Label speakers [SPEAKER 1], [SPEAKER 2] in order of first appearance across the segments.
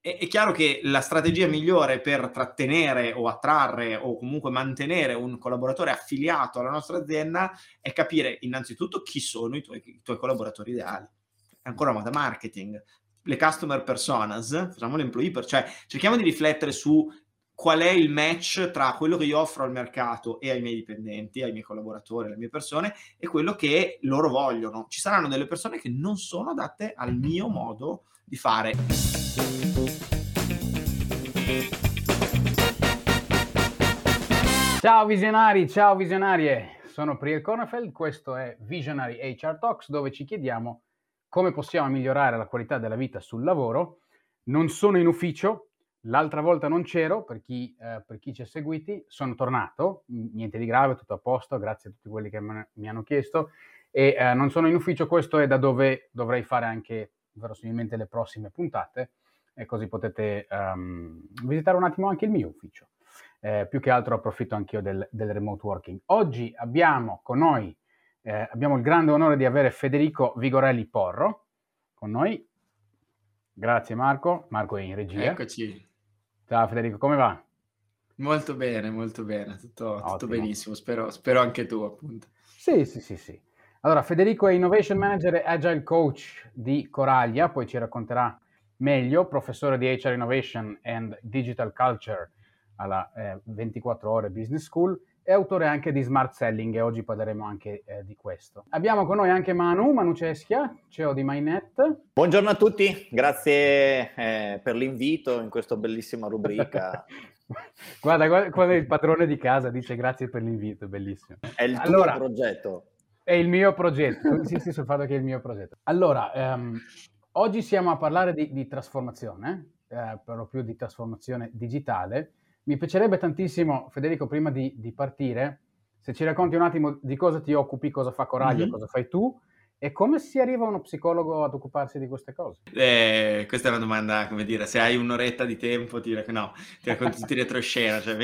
[SPEAKER 1] è chiaro che la strategia migliore per trattenere o attrarre o comunque mantenere un collaboratore affiliato alla nostra azienda è capire innanzitutto chi sono i tuoi collaboratori ideali. È ancora una moda marketing. Le customer personas, facciamo l'employee cioè cerchiamo di riflettere su qual è il match tra quello che io offro al mercato e ai miei dipendenti, ai miei collaboratori, alle mie persone e quello che loro vogliono. Ci saranno delle persone che non sono adatte al mio modo di fare.
[SPEAKER 2] Ciao visionari, ciao visionarie, sono Priel Kornefeld, questo è Visionary HR Talks, dove ci chiediamo come possiamo migliorare la qualità della vita sul lavoro. Non sono in ufficio, l'altra volta non c'ero, per chi ci ha seguiti, sono tornato, niente di grave, tutto a posto, grazie a tutti quelli che mi hanno chiesto, e non sono in ufficio, questo è da dove dovrei fare anche verosimilmente le prossime puntate, e così potete visitare un attimo anche il mio ufficio. Più che altro approfitto anch'io del remote working. Oggi abbiamo con noi, abbiamo il grande onore di avere Federico Vigorelli Porro con noi. Grazie Marco è in regia.
[SPEAKER 1] Eccoci.
[SPEAKER 2] Ciao Federico, come va?
[SPEAKER 1] Molto bene, tutto
[SPEAKER 2] Ottimo.
[SPEAKER 1] benissimo, spero anche tu appunto.
[SPEAKER 2] Sì. Allora, Federico è Innovation Manager e Agile Coach di Coralia, poi ci racconterà meglio, professore di HR Innovation and Digital Culture alla 24 Ore Business School e autore anche di Smart Selling, e oggi parleremo anche di questo. Abbiamo con noi anche Manu Ceschia, CEO di MyNet.
[SPEAKER 3] Buongiorno a tutti, grazie per l'invito in questa bellissima rubrica.
[SPEAKER 2] Guarda, quando il padrone di casa dice grazie per l'invito, bellissimo.
[SPEAKER 3] È il tuo progetto.
[SPEAKER 2] È il mio progetto, tu insisti sul fatto che è il mio progetto. Allora, oggi siamo a parlare di trasformazione, per più di trasformazione digitale. Mi piacerebbe tantissimo, Federico, prima di partire, se ci racconti un attimo di cosa ti occupi, cosa fa Coralia, cosa fai tu, e come si arriva uno psicologo ad occuparsi di queste cose?
[SPEAKER 1] Questa è una domanda, come dire, se hai un'oretta di tempo ti racconto tutti retroscena, cioè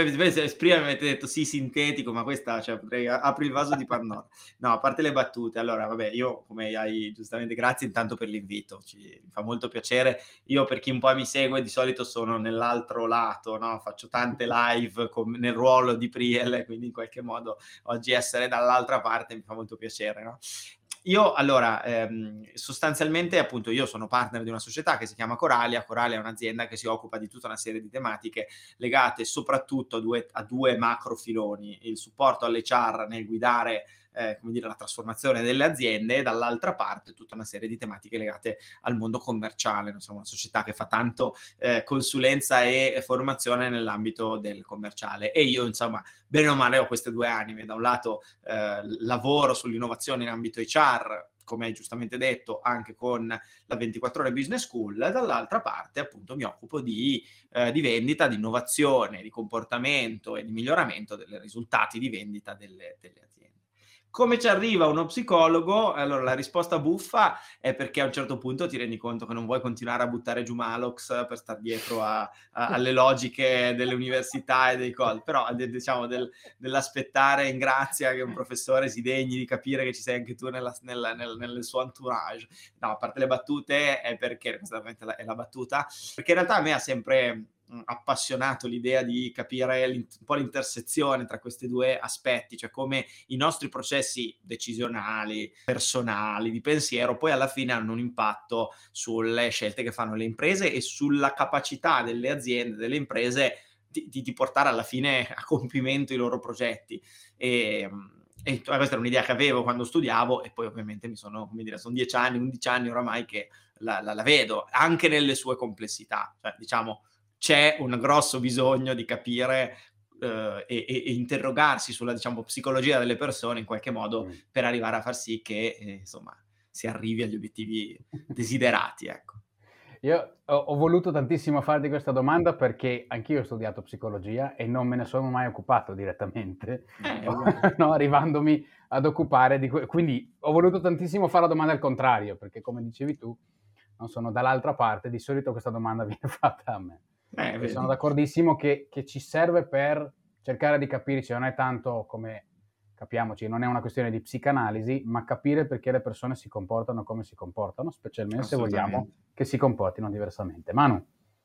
[SPEAKER 1] prima mi avete detto sì, sintetico, ma questa, cioè, apri il vaso di Pandora. No, a parte le battute, allora, vabbè, io, come hai giustamente, grazie intanto per l'invito, mi fa molto piacere. Io, per chi un po' mi segue, di solito sono nell'altro lato, no? Faccio tante live nel ruolo di Priel, quindi in qualche modo oggi essere dall'altra parte mi fa molto piacere, no? Io allora, sostanzialmente appunto io sono partner di una società che si chiama Coralia. Coralia è un'azienda che si occupa di tutta una serie di tematiche legate soprattutto a due macro filoni: il supporto all'HR nel guidare come dire, la trasformazione delle aziende, e dall'altra parte tutta una serie di tematiche legate al mondo commerciale. Noi siamo una società che fa tanto consulenza e formazione nell'ambito del commerciale, e io insomma bene o male ho queste due anime: da un lato lavoro sull'innovazione in ambito HR, come hai giustamente detto, anche con la 24 Ore Business School, dall'altra parte appunto mi occupo di vendita, di innovazione, di comportamento e di miglioramento dei risultati di vendita delle aziende. Come ci arriva uno psicologo? Allora, la risposta buffa è perché a un certo punto ti rendi conto che non vuoi continuare a buttare giù Malox per star dietro alle logiche delle università e dei cose, però diciamo dell'aspettare in grazia che un professore si degni di capire che ci sei anche tu nel suo entourage. No, a parte le battute, è perché, questa è la battuta, perché in realtà a me ha sempre appassionato l'idea di capire un po' l'intersezione tra questi due aspetti, cioè come i nostri processi decisionali, personali, di pensiero, poi alla fine hanno un impatto sulle scelte che fanno le imprese e sulla capacità delle aziende, delle imprese di portare alla fine a compimento i loro progetti. E questa era un'idea che avevo quando studiavo, e poi ovviamente sono 10 anni, 11 anni oramai che la vedo anche nelle sue complessità, cioè diciamo c'è un grosso bisogno di capire e interrogarsi sulla, diciamo, psicologia delle persone in qualche modo per arrivare a far sì che insomma si arrivi agli obiettivi desiderati, ecco.
[SPEAKER 2] Io ho voluto tantissimo farti questa domanda perché anch'io ho studiato psicologia e non me ne sono mai occupato direttamente, no, arrivandomi ad occupare di quindi ho voluto tantissimo fare la domanda al contrario, perché come dicevi tu, non sono dall'altra parte, di solito questa domanda viene fatta a me. Sono d'accordissimo che ci serve per cercare di capirci, non è tanto come, capiamoci, non è una questione di psicanalisi, ma capire perché le persone si comportano come si comportano, specialmente se vogliamo che si comportino diversamente. Manu?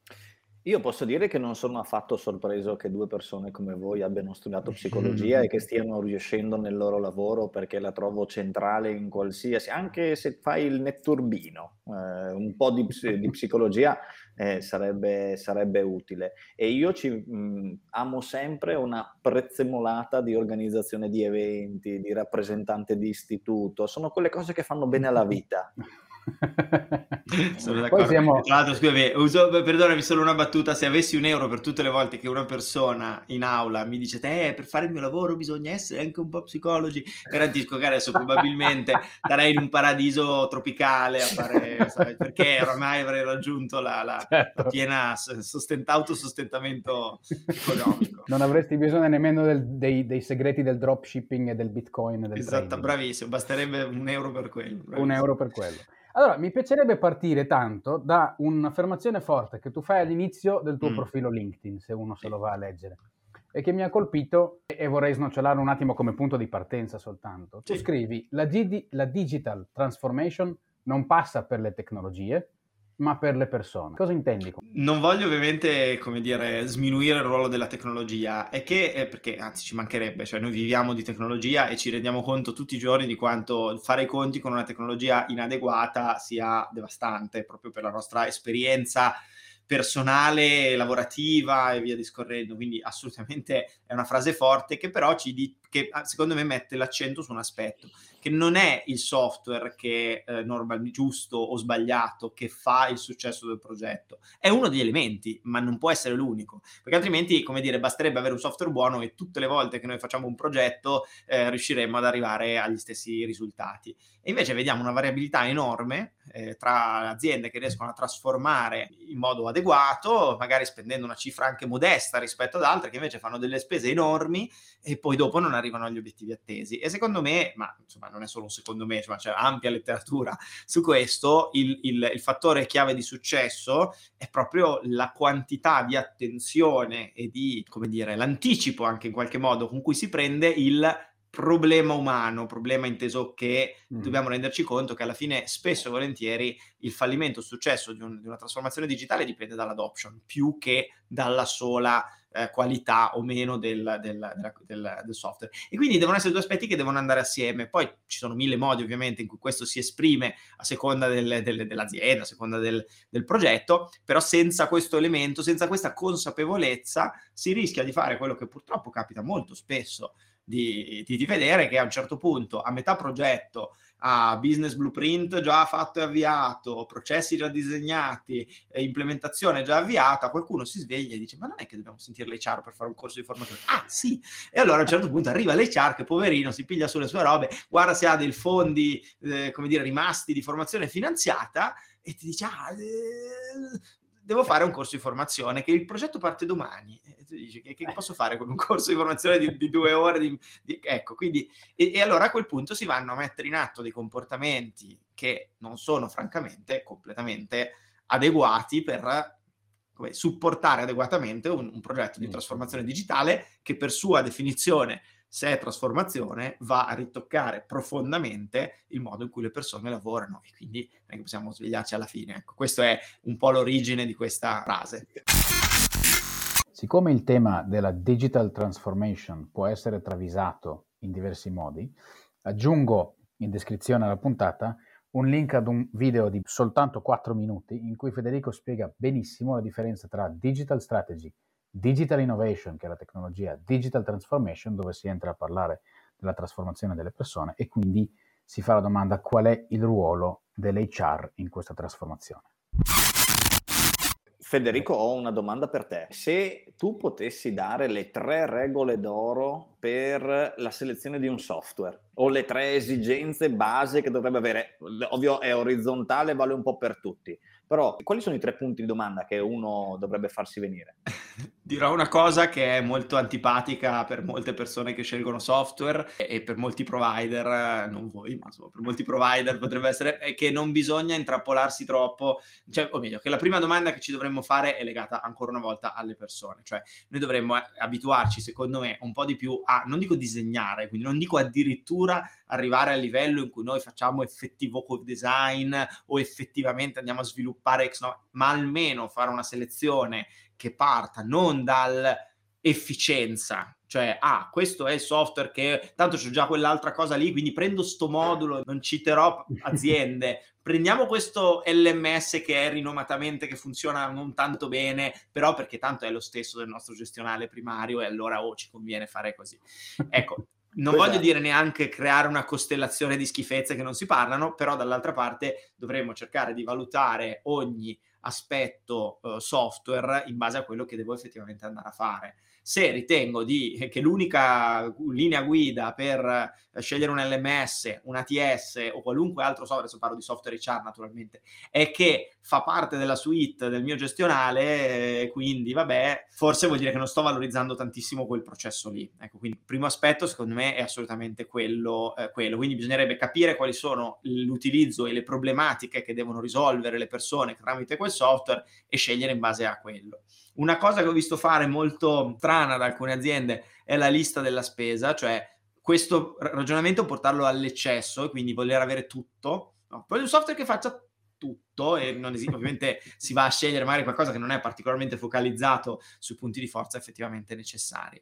[SPEAKER 3] Io posso dire che non sono affatto sorpreso che 2 persone come voi abbiano studiato psicologia e che stiano riuscendo nel loro lavoro, perché la trovo centrale in qualsiasi, anche se fai il netturbino, un po' di psicologia sarebbe utile. E io amo sempre una prezzemolata di organizzazione di eventi, di rappresentante di istituto, sono quelle cose che fanno bene alla vita.
[SPEAKER 1] Sono
[SPEAKER 2] Poi
[SPEAKER 1] d'accordo.
[SPEAKER 2] siamo...
[SPEAKER 1] Tra l'altro, scusami, perdonami, solo una battuta: se avessi €1 per tutte le volte che una persona in aula mi dice per fare il mio lavoro bisogna essere anche un po' psicologi, garantisco che adesso probabilmente sarei in un paradiso tropicale a fare, sai, perché oramai avrei raggiunto la
[SPEAKER 2] Certo.
[SPEAKER 1] piena autosostentamento economico.
[SPEAKER 2] Non avresti bisogno nemmeno dei segreti del dropshipping e del bitcoin e del
[SPEAKER 1] Esatto,
[SPEAKER 2] trading.
[SPEAKER 1] bravissimo, basterebbe €1 per quello.
[SPEAKER 2] €1 per quello. Allora, mi piacerebbe partire tanto da un'affermazione forte che tu fai all'inizio del tuo profilo LinkedIn, se uno se lo va a leggere, e che mi ha colpito e vorrei snocciolare un attimo come punto di partenza soltanto. Tu scrivi: la digital transformation non passa per le tecnologie, ma per le persone. Cosa intendi?
[SPEAKER 1] Non voglio ovviamente, come dire, sminuire il ruolo della tecnologia, è che, perché anzi ci mancherebbe, cioè noi viviamo di tecnologia e ci rendiamo conto tutti i giorni di quanto fare i conti con una tecnologia inadeguata sia devastante, proprio per la nostra esperienza personale, lavorativa e via discorrendo. Quindi assolutamente è una frase forte che però che secondo me mette l'accento su un aspetto, che non è il software che giusto o sbagliato che fa il successo del progetto, è uno degli elementi, ma non può essere l'unico, perché altrimenti, come dire, basterebbe avere un software buono e tutte le volte che noi facciamo un progetto riusciremo ad arrivare agli stessi risultati. E invece vediamo una variabilità enorme tra aziende che riescono a trasformare in modo adeguato, magari spendendo una cifra anche modesta rispetto ad altre che invece fanno delle spese enormi e poi dopo non arrivano agli obiettivi attesi. E secondo me, ma insomma non è solo secondo me, ma c'è ampia letteratura su questo, il fattore chiave di successo è proprio la quantità di attenzione e di, come dire, l'anticipo anche in qualche modo con cui si prende il problema umano, problema inteso che dobbiamo renderci conto che alla fine spesso e volentieri il fallimento o il successo di una trasformazione digitale dipende dall'adoption più che dalla sola qualità o meno del software. E quindi devono essere due aspetti che devono andare assieme. Poi ci sono 1000 modi ovviamente in cui questo si esprime a seconda dell'azienda, a seconda del progetto, però senza questo elemento, senza questa consapevolezza si rischia di fare quello che purtroppo capita molto spesso di vedere, che a un certo punto, a metà progetto, a business blueprint già fatto e avviato, processi già disegnati, implementazione già avviata, qualcuno si sveglia e dice: ma non è che dobbiamo sentire l'HR per fare un corso di formazione? Ah sì! E allora a un certo punto arriva l'HR che poverino si piglia sulle sue robe, guarda se ha dei fondi come dire rimasti di formazione finanziata e ti dice devo fare un corso di formazione, che il progetto parte domani. E tu dici, che posso fare con un corso di formazione di 2 ore? Ecco, quindi, e allora a quel punto si vanno a mettere in atto dei comportamenti che non sono francamente completamente adeguati per supportare adeguatamente un progetto di trasformazione digitale che per sua definizione, se è trasformazione, va a ritoccare profondamente il modo in cui le persone lavorano e quindi non è che possiamo svegliarci alla fine. Ecco, questo è un po' l'origine di questa frase.
[SPEAKER 2] Siccome il tema della digital transformation può essere travisato in diversi modi, aggiungo in descrizione alla puntata un link ad un video di soltanto 4 minuti in cui Federico spiega benissimo la differenza tra digital strategy, digital innovation, che è la tecnologia, digital transformation, dove si entra a parlare della trasformazione delle persone e quindi si fa la domanda: qual è il ruolo dell'HR in questa trasformazione?
[SPEAKER 3] Federico, ho una domanda per te. Se tu potessi dare le 3 regole d'oro per la selezione di un software o le 3 esigenze base che dovrebbe avere, ovvio è orizzontale, vale un po' per tutti, però quali sono i 3 punti di domanda che uno dovrebbe farsi venire?
[SPEAKER 1] Dirò una cosa che è molto antipatica per molte persone che scelgono software e per molti provider, non voi, ma insomma per molti provider potrebbe essere, è che non bisogna intrappolarsi troppo, cioè, o meglio, che la prima domanda che ci dovremmo fare è legata ancora una volta alle persone, cioè noi dovremmo abituarci, secondo me, un po' di più a, non dico disegnare, quindi non dico addirittura arrivare al livello in cui noi facciamo effettivo co-design o effettivamente andiamo a sviluppare ma almeno fare una selezione che parta non dall'efficienza, cioè questo è il software che tanto c'ho già quell'altra cosa lì, quindi prendo sto modulo, non citerò aziende, prendiamo questo LMS che è rinomatamente, che funziona non tanto bene, però perché tanto è lo stesso del nostro gestionale primario e allora ci conviene fare così. Ecco, non voglio dire neanche creare una costellazione di schifezze che non si parlano, però dall'altra parte dovremmo cercare di valutare ogni aspetto software in base a quello che devo effettivamente andare a fare. Se ritengo che l'unica linea guida per scegliere un LMS, un ATS o qualunque altro software, adesso parlo di software HR naturalmente, è che fa parte della suite del mio gestionale, quindi vabbè, forse vuol dire che non sto valorizzando tantissimo quel processo lì. Ecco, quindi il primo aspetto secondo me è assolutamente quello. Quindi bisognerebbe capire quali sono l'utilizzo e le problematiche che devono risolvere le persone tramite quel software e scegliere in base a quello. Una cosa che ho visto fare molto strana da alcune aziende è la lista della spesa, cioè questo ragionamento portarlo all'eccesso e quindi voler avere tutto. No, voglio un software che faccia tutto e non esiste, ovviamente si va a scegliere magari qualcosa che non è particolarmente focalizzato sui punti di forza effettivamente necessari.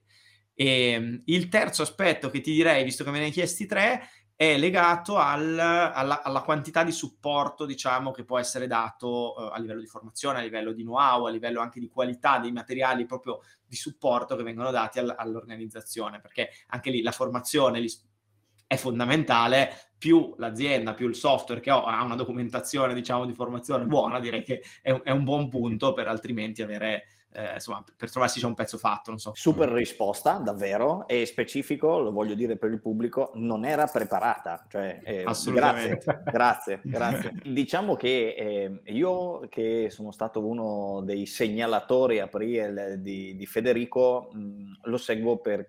[SPEAKER 1] E il terzo aspetto che ti direi, visto che me ne hai chiesti 3, è legato alla quantità di supporto, diciamo, che può essere dato a livello di formazione, a livello di know-how, a livello anche di qualità dei materiali proprio di supporto che vengono dati all'organizzazione, perché anche lì la formazione è fondamentale. Più l'azienda, più il software che ha una documentazione, diciamo, di formazione buona, direi che è un buon punto per altrimenti avere insomma, per trovarsi già un pezzo fatto, non so.
[SPEAKER 3] Super risposta, davvero, e specifico, lo voglio dire per il pubblico, non era preparata, cioè
[SPEAKER 1] assolutamente.
[SPEAKER 3] Grazie. Diciamo che io, che sono stato uno dei segnalatori a Priel di Federico, lo seguo perché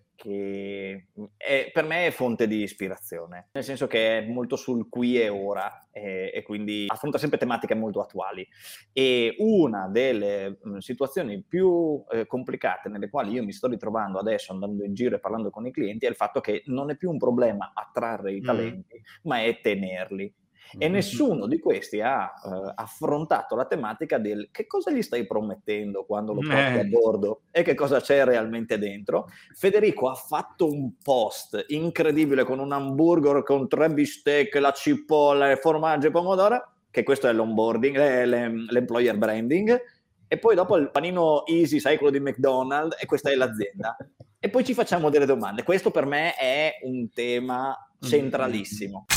[SPEAKER 3] per me è fonte di ispirazione, nel senso che è molto sul qui e ora e quindi affronta sempre tematiche molto attuali. E una delle situazioni più complicate nelle quali io mi sto ritrovando adesso andando in giro e parlando con i clienti è il fatto che non è più un problema attrarre i talenti, ma è tenerli. E nessuno di questi ha affrontato la tematica del che cosa gli stai promettendo quando lo porti a bordo e che cosa c'è realmente dentro. Federico ha fatto un post incredibile con un hamburger con 3 bistecche, la cipolla, il formaggio e pomodoro, che questo è l'onboarding, l'employer branding, e poi dopo il panino easy, sai, quello di McDonald's, e questa è l'azienda. E poi ci facciamo delle domande. Questo per me è un tema centralissimo.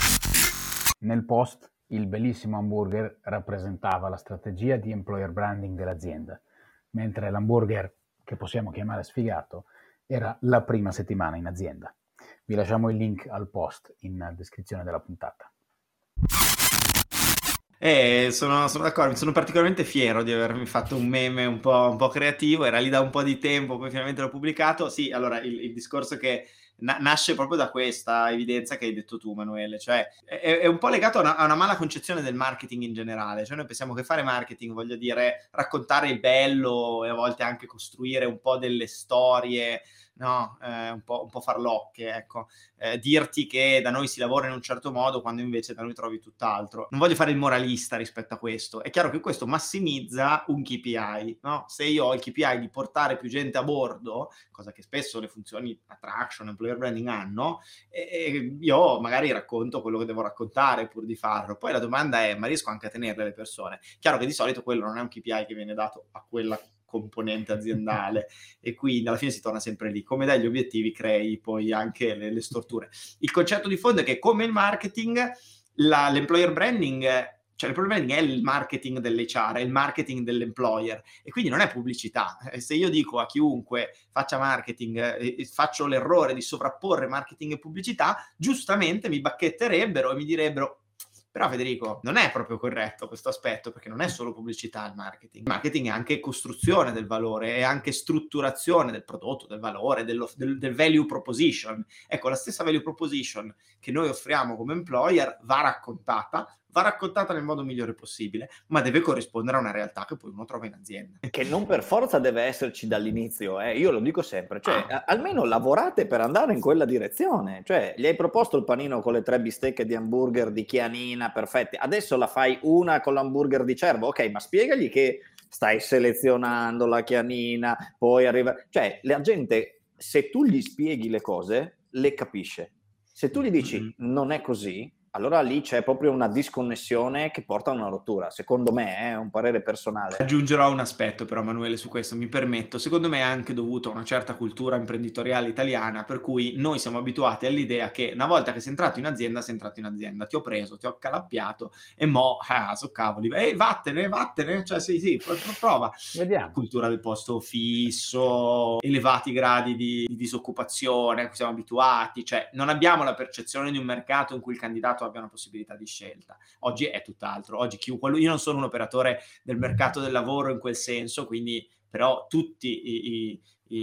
[SPEAKER 2] Nel post il bellissimo hamburger rappresentava la strategia di employer branding dell'azienda, mentre l'hamburger, che possiamo chiamare sfigato, era la prima settimana in azienda. Vi lasciamo il link al post in descrizione della puntata.
[SPEAKER 1] Sono d'accordo, mi sono particolarmente fiero di avermi fatto un meme un po' creativo, era lì da un po' di tempo, poi finalmente l'ho pubblicato. Sì, allora il discorso che nasce proprio da questa evidenza che hai detto tu, Manuele, cioè è un po' legato a una mala concezione del marketing in generale, cioè noi pensiamo che fare marketing, voglio dire, raccontare il bello e a volte anche costruire un po' delle storie, no, un po' farlocche, ecco, dirti che da noi si lavora in un certo modo quando invece da noi trovi tutt'altro. Non voglio fare il moralista rispetto a questo, è chiaro che questo massimizza un KPI, no? Se io ho il KPI di portare più gente a bordo, cosa che spesso le funzioni attraction, employer branding hanno, io magari racconto quello che devo raccontare pur di farlo. Poi la domanda è, ma riesco anche a tenerle le persone? Chiaro che di solito quello non è un KPI che viene dato a quella componente aziendale e quindi alla fine si torna sempre lì, come dai gli obiettivi crei poi anche le storture. Il concetto di fondo è che come il marketing, l'employer branding, cioè l'employer branding è il marketing dell'HR, è il marketing dell'employer e quindi non è pubblicità. Se io dico a chiunque faccia marketing faccio l'errore di sovrapporre marketing e pubblicità, giustamente mi bacchetterebbero e mi direbbero: però Federico, non è proprio corretto questo aspetto, perché non è solo pubblicità il marketing. Il marketing è anche costruzione del valore, è anche strutturazione del prodotto, del valore, del value proposition. Ecco, la stessa value proposition che noi offriamo come employer va raccontata, va raccontata nel modo migliore possibile, ma deve corrispondere a una realtà che poi uno trova in azienda.
[SPEAKER 3] Che non per forza deve esserci dall'inizio, io lo dico sempre, cioè almeno lavorate per andare in quella direzione, cioè gli hai proposto il panino con le 3 bistecche di hamburger di Chianina perfette, adesso la fai una con l'hamburger di cervo, ok, ma spiegagli che stai selezionando la Chianina, poi arriva, cioè la gente, se tu gli spieghi le cose, le capisce. Se tu gli dici non è così, allora lì c'è proprio una disconnessione che porta a una rottura. Secondo me è un parere personale.
[SPEAKER 1] Aggiungerò un aspetto però, Emanuele, su questo mi permetto. Secondo me è anche dovuto a una certa cultura imprenditoriale italiana, per cui noi siamo abituati all'idea che una volta che sei entrato in azienda, sei entrato in azienda, ti ho preso, ti ho calappiato e mo, so cavoli, vattene, cioè sì, prova.
[SPEAKER 2] Vediamo.
[SPEAKER 1] Cultura del posto fisso, elevati gradi di disoccupazione a cui siamo abituati, cioè non abbiamo la percezione di un mercato in cui il candidato abbia una possibilità di scelta. Oggi è tutt'altro, oggi io non sono un operatore del mercato del lavoro in quel senso, quindi però tutti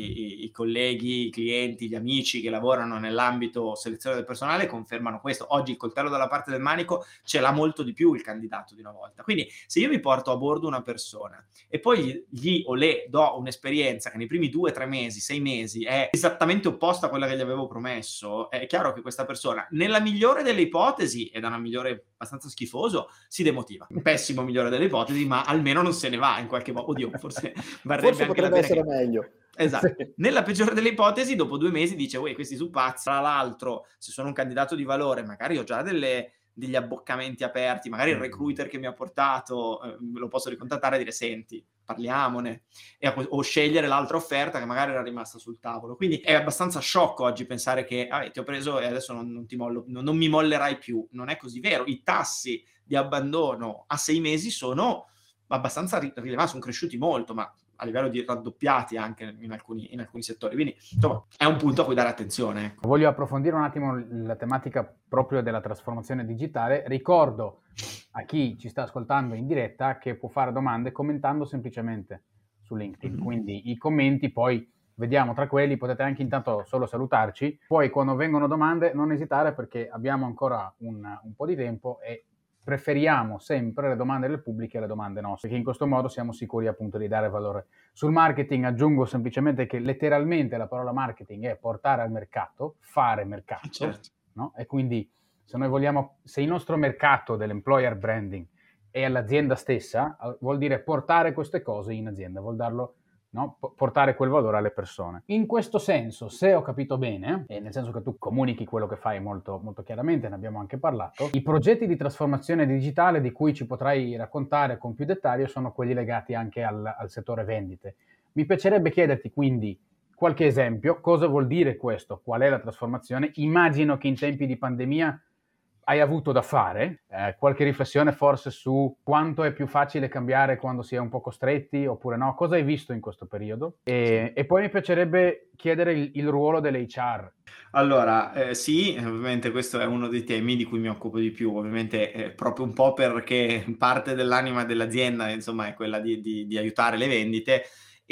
[SPEAKER 1] i colleghi, i clienti, gli amici che lavorano nell'ambito selezione del personale confermano questo. Oggi il coltello dalla parte del manico ce l'ha molto di più il candidato di una volta. Quindi se io mi porto a bordo una persona e poi gli o le do un'esperienza che nei primi 2-3 mesi, 6 mesi è esattamente opposta a quella che gli avevo promesso, è chiaro che questa persona, nella migliore delle ipotesi, e da una migliore abbastanza schifoso, si demotiva. Pessimo migliore delle ipotesi, ma almeno non se ne va in qualche modo. Oddio, forse varrebbe anche la pena
[SPEAKER 3] essere meglio.
[SPEAKER 1] Esatto.
[SPEAKER 3] Sì.
[SPEAKER 1] Nella peggiore delle ipotesi, dopo 2 mesi dice: "Uè, questi su pazzi". Tra l'altro, se sono un candidato di valore, magari ho già degli abboccamenti aperti, magari il recruiter che mi ha portato, lo posso ricontattare e dire: "Senti, parliamone", o scegliere l'altra offerta che magari era rimasta sul tavolo. Quindi è abbastanza sciocco oggi pensare che: "Ti ho preso e adesso non ti mollo, non mi mollerai più". Non è così vero. I tassi di abbandono a 6 mesi sono abbastanza rilevanti, sono cresciuti molto, ma a livello di raddoppiati anche in alcuni settori. Quindi, insomma, è un punto a cui dare attenzione. Ecco.
[SPEAKER 2] Voglio approfondire un attimo la tematica proprio della trasformazione digitale. Ricordo a chi ci sta ascoltando in diretta che può fare domande commentando semplicemente su LinkedIn. Quindi i commenti poi vediamo tra quelli, potete anche intanto solo salutarci. Poi quando vengono domande non esitare perché abbiamo ancora un po' di tempo e preferiamo sempre le domande del pubblico e le domande nostre, perché in questo modo siamo sicuri appunto di dare valore. Sul marketing aggiungo semplicemente che letteralmente la parola marketing è portare al mercato, fare mercato,
[SPEAKER 1] certo.
[SPEAKER 2] No? E quindi se il nostro mercato dell'employer branding è all'azienda stessa, vuol dire portare queste cose in azienda, vuol darlo, no? Portare quel valore alle persone. In questo senso, se ho capito bene, e nel senso che tu comunichi quello che fai molto, molto chiaramente, ne abbiamo anche parlato, i progetti di trasformazione digitale di cui ci potrai raccontare con più dettaglio sono quelli legati anche al settore vendite. Mi piacerebbe chiederti quindi qualche esempio, cosa vuol dire questo, qual è la trasformazione? Immagino che in tempi di pandemia hai avuto da fare, qualche riflessione forse su quanto è più facile cambiare quando si è un po' costretti oppure no, cosa hai visto in questo periodo? E poi mi piacerebbe chiedere il ruolo dell'HR.
[SPEAKER 1] Allora, sì, ovviamente questo è uno dei temi di cui mi occupo di più, ovviamente proprio un po' perché parte dell'anima dell'azienda, insomma, è quella di aiutare le vendite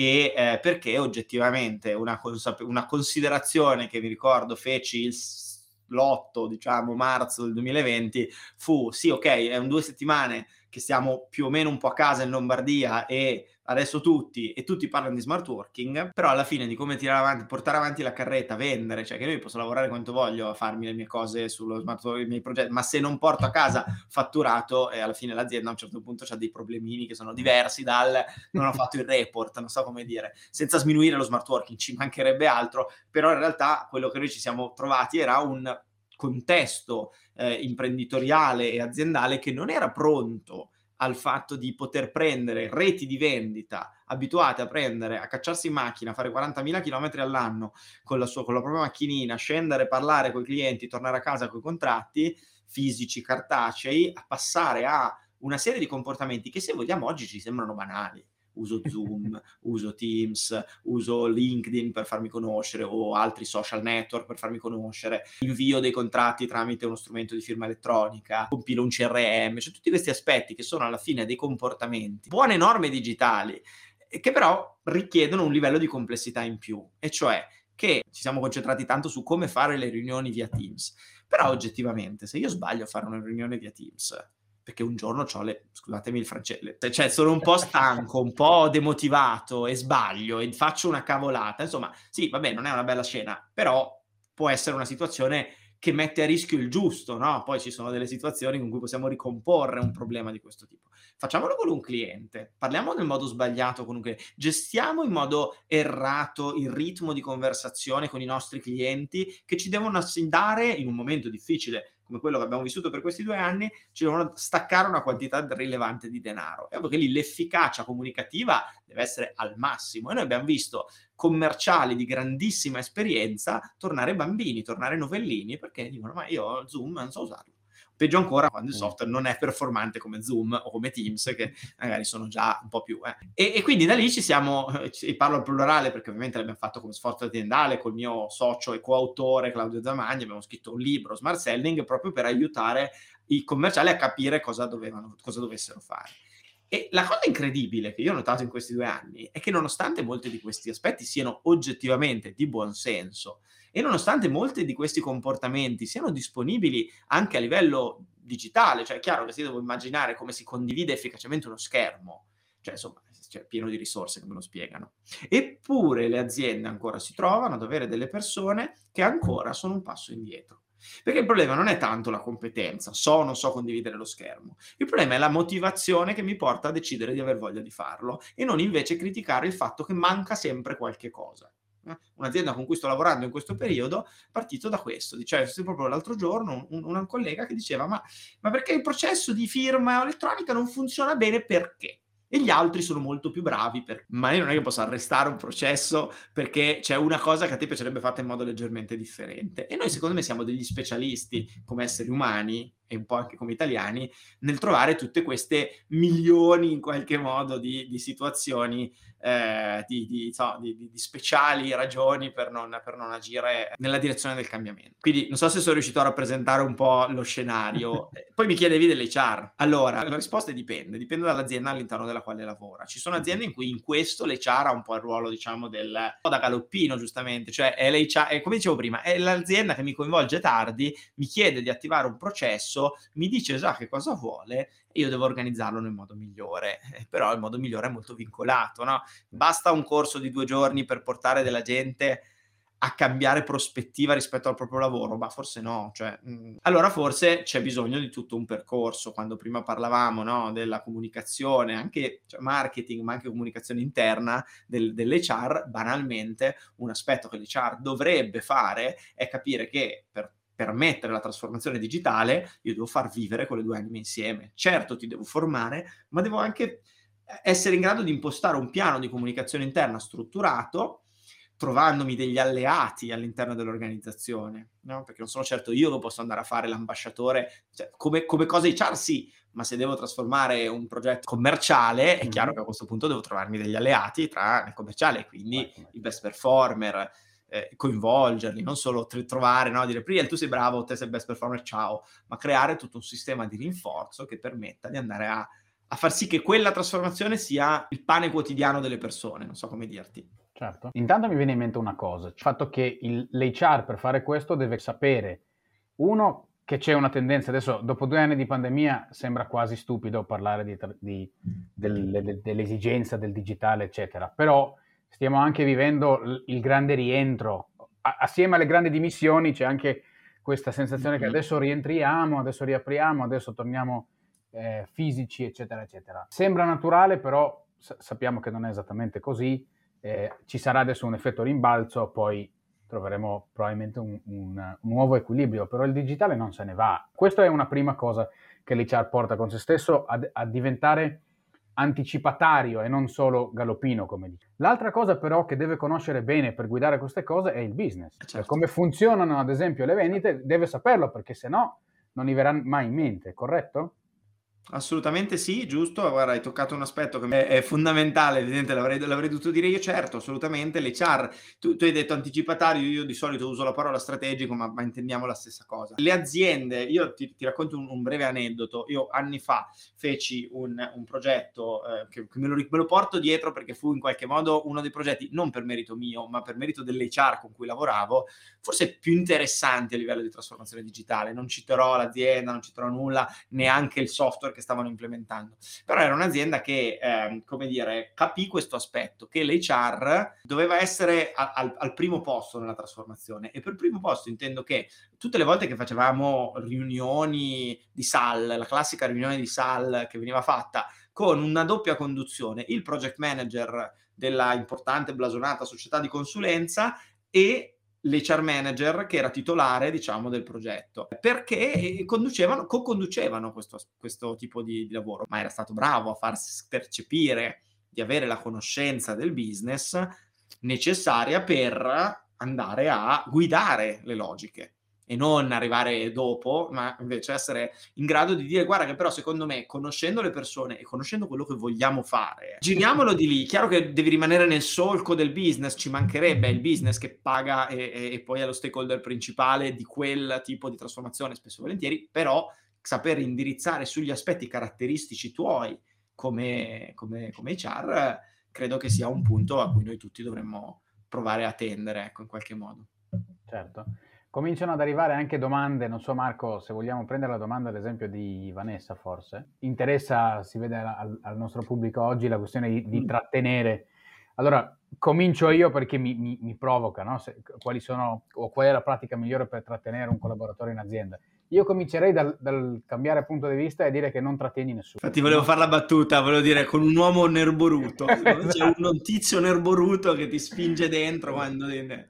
[SPEAKER 1] e perché oggettivamente una considerazione che mi ricordo feci l'8, diciamo, marzo del 2020 fu: sì, ok, è un 2 settimane che stiamo più o meno un po' a casa in Lombardia e adesso tutti parlano di smart working, però alla fine di come portare avanti la carretta, vendere, cioè che io posso lavorare quanto voglio a farmi le mie cose sullo smart working, i miei progetti, ma se non porto a casa fatturato, alla fine l'azienda a un certo punto ha dei problemini che sono diversi dal non ho fatto il report, non so come dire, senza sminuire lo smart working, ci mancherebbe altro, però in realtà quello che noi ci siamo trovati era un contesto imprenditoriale e aziendale che non era pronto al fatto di poter prendere reti di vendita abituate a cacciarsi in macchina, a fare 40.000 chilometri all'anno con la propria macchinina, scendere, parlare con i clienti, tornare a casa con i contratti fisici, cartacei, a passare a una serie di comportamenti che, se vogliamo, oggi ci sembrano banali. Uso Zoom, uso Teams, uso LinkedIn per farmi conoscere o altri social network per farmi conoscere, invio dei contratti tramite uno strumento di firma elettronica, compilo un CRM, cioè tutti questi aspetti che sono alla fine dei comportamenti, buone norme digitali, che però richiedono un livello di complessità in più, e cioè che ci siamo concentrati tanto su come fare le riunioni via Teams, però oggettivamente se io sbaglio a fare una riunione via Teams, perché un giorno scusatemi il francese, cioè sono un po' stanco, un po' demotivato e sbaglio e faccio una cavolata. Insomma, sì, vabbè, non è una bella scena, però può essere una situazione che mette a rischio il giusto, no? Poi ci sono delle situazioni con cui possiamo ricomporre un problema di questo tipo. Facciamolo con un cliente, parliamo nel modo sbagliato con un cliente, gestiamo in modo errato il ritmo di conversazione con i nostri clienti che ci devono dare in un momento difficile come quello che abbiamo vissuto per questi 2 anni, ci devono staccare una quantità rilevante di denaro. È ovvio che lì l'efficacia comunicativa deve essere al massimo e noi abbiamo visto commerciali di grandissima esperienza tornare bambini, tornare novellini, perché dicono ma io Zoom non so usarlo. Peggio ancora quando il software non è performante come Zoom o come Teams, che magari sono già un po' più. E quindi da lì parlo al plurale perché ovviamente l'abbiamo fatto come sforzo aziendale, col mio socio e coautore Claudio Zamagni, abbiamo scritto un libro, Smart Selling, proprio per aiutare i commerciali a capire cosa dovessero fare. E la cosa incredibile che io ho notato in questi 2 anni è che nonostante molti di questi aspetti siano oggettivamente di buon senso e nonostante molti di questi comportamenti siano disponibili anche a livello digitale, cioè è chiaro che se io devo immaginare come si condivide efficacemente uno schermo, cioè insomma c'è pieno di risorse che me lo spiegano, eppure le aziende ancora si trovano ad avere delle persone che ancora sono un passo indietro. Perché il problema non è tanto la competenza, so o non so condividere lo schermo, il problema è la motivazione che mi porta a decidere di aver voglia di farlo e non invece criticare il fatto che manca sempre qualche cosa. Un'azienda con cui sto lavorando in questo periodo è partito da questo, diceva proprio l'altro giorno un collega che diceva ma perché il processo di firma elettronica non funziona bene, perché? E gli altri sono molto più bravi, ma io non è che posso arrestare un processo perché c'è una cosa che a te piacerebbe fatta in modo leggermente differente. E noi secondo me siamo degli specialisti come esseri umani e un po' anche come italiani nel trovare tutte queste milioni in qualche modo di situazioni, di speciali ragioni per non agire nella direzione del cambiamento. Quindi non so se sono riuscito a rappresentare un po' lo scenario. Poi mi chiedevi dell'HR. Allora, la risposta è dipende dall'azienda all'interno della quale lavora. Ci sono aziende in cui in questo l'HR ha un po' il ruolo, diciamo, da galoppino, giustamente, cioè è l'HR, come dicevo prima, è l'azienda che mi coinvolge tardi, mi chiede di attivare un processo, mi dice già che cosa vuole e io devo organizzarlo nel modo migliore, però il modo migliore è molto vincolato, no? Basta un corso di 2 giorni per portare della gente a cambiare prospettiva rispetto al proprio lavoro? Ma forse no, allora forse c'è bisogno di tutto un percorso. Quando prima parlavamo, no, della comunicazione, anche marketing, ma anche comunicazione interna dell'HR, banalmente un aspetto che l'HR dovrebbe fare è capire che per permettere la trasformazione digitale io devo far vivere quelle 2 anime insieme. Certo, ti devo formare, ma devo anche essere in grado di impostare un piano di comunicazione interna strutturato, trovandomi degli alleati all'interno dell'organizzazione, no? Perché non sono certo io che posso andare a fare l'ambasciatore, cioè, come cosa HR sì, ma se devo trasformare un progetto commerciale è chiaro che a questo punto devo trovarmi degli alleati nel commerciale, quindi i best performer, coinvolgerli, non solo trovare, no, dire Priel tu sei bravo, te sei il best performer, ciao, ma creare tutto un sistema di rinforzo che permetta di andare a far sì che quella trasformazione sia il pane quotidiano delle persone, non so come dirti.
[SPEAKER 2] Certo. Intanto mi viene in mente una cosa, il fatto che l'HR per fare questo deve sapere, uno, che c'è una tendenza, adesso dopo 2 anni di pandemia sembra quasi stupido parlare dell'esigenza del digitale, eccetera, però stiamo anche vivendo il grande rientro, assieme alle grandi dimissioni c'è anche questa sensazione che adesso rientriamo, adesso riapriamo, adesso torniamo fisici, eccetera, eccetera. Sembra naturale, però sappiamo che non è esattamente così. Ci sarà adesso un effetto rimbalzo, poi troveremo probabilmente un nuovo equilibrio, però il digitale non se ne va. Questa è una prima cosa che l'HR porta con se stesso a diventare anticipatario e non solo galoppino, come dice. L'altra cosa però che deve conoscere bene per guidare queste cose è il business.
[SPEAKER 1] Certo.
[SPEAKER 2] Come funzionano ad esempio le vendite deve saperlo, perché se no non gli verrà mai in mente, corretto?
[SPEAKER 1] Assolutamente sì, giusto. Guarda, hai toccato un aspetto che è fondamentale, evidente, l'avrei dovuto dire io, certo, assolutamente. L'HR, tu hai detto anticipatario, io di solito uso la parola strategico, ma intendiamo la stessa cosa. Le aziende, io ti racconto un breve aneddoto. Io anni fa feci un progetto che me lo porto dietro perché fu in qualche modo uno dei progetti, non per merito mio, ma per merito dell'HR con cui lavoravo, forse più interessanti a livello di trasformazione digitale. Non citerò l'azienda, non citerò nulla, neanche il software che stavano implementando. Però era un'azienda che, come dire, capì questo aspetto, che l'HR doveva essere al primo posto nella trasformazione. E per primo posto intendo che tutte le volte che facevamo riunioni di SAL, la classica riunione di SAL che veniva fatta con una doppia conduzione, il project manager della importante blasonata società di consulenza e l'HR manager che era titolare, diciamo, del progetto, perché co-conducevano questo tipo di lavoro, ma era stato bravo a farsi percepire di avere la conoscenza del business necessaria per andare a guidare le logiche e non arrivare dopo, ma invece essere in grado di dire: guarda che però secondo me, conoscendo le persone e conoscendo quello che vogliamo fare, giriamolo di lì. Chiaro che devi rimanere nel solco del business, ci mancherebbe, è il business che paga e poi è lo stakeholder principale di quel tipo di trasformazione, spesso e volentieri, però saper indirizzare sugli aspetti caratteristici tuoi come HR, credo che sia un punto a cui noi tutti dovremmo provare a tendere, ecco, in qualche modo.
[SPEAKER 2] Certo. Cominciano ad arrivare anche domande, non so Marco, se vogliamo prendere la domanda ad esempio di Vanessa forse. Interessa, si vede al nostro pubblico oggi, la questione di trattenere. Allora, comincio io perché mi provoca, no? Quali sono o qual è la pratica migliore per trattenere un collaboratore in azienda. Io comincerei dal cambiare punto di vista e dire che non trattieni nessuno.
[SPEAKER 1] Infatti volevo fare la battuta, volevo dire con un uomo nerboruto.
[SPEAKER 2] Esatto.
[SPEAKER 1] C'è un tizio nerboruto che ti spinge dentro quando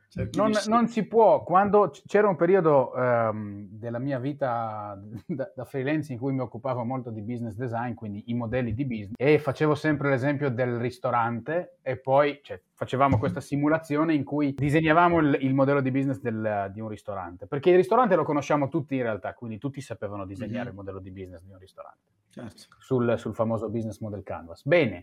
[SPEAKER 2] non si può. Quando c'era un periodo della mia vita da freelance in cui mi occupavo molto di business design, quindi i modelli di business, e facevo sempre l'esempio del ristorante e poi facevamo questa simulazione in cui disegnavamo il modello di business di un ristorante, perché il ristorante lo conosciamo tutti in realtà, quindi tutti sapevano disegnare il modello di business di un ristorante.
[SPEAKER 1] Certo.
[SPEAKER 2] Sul famoso business model canvas. Bene,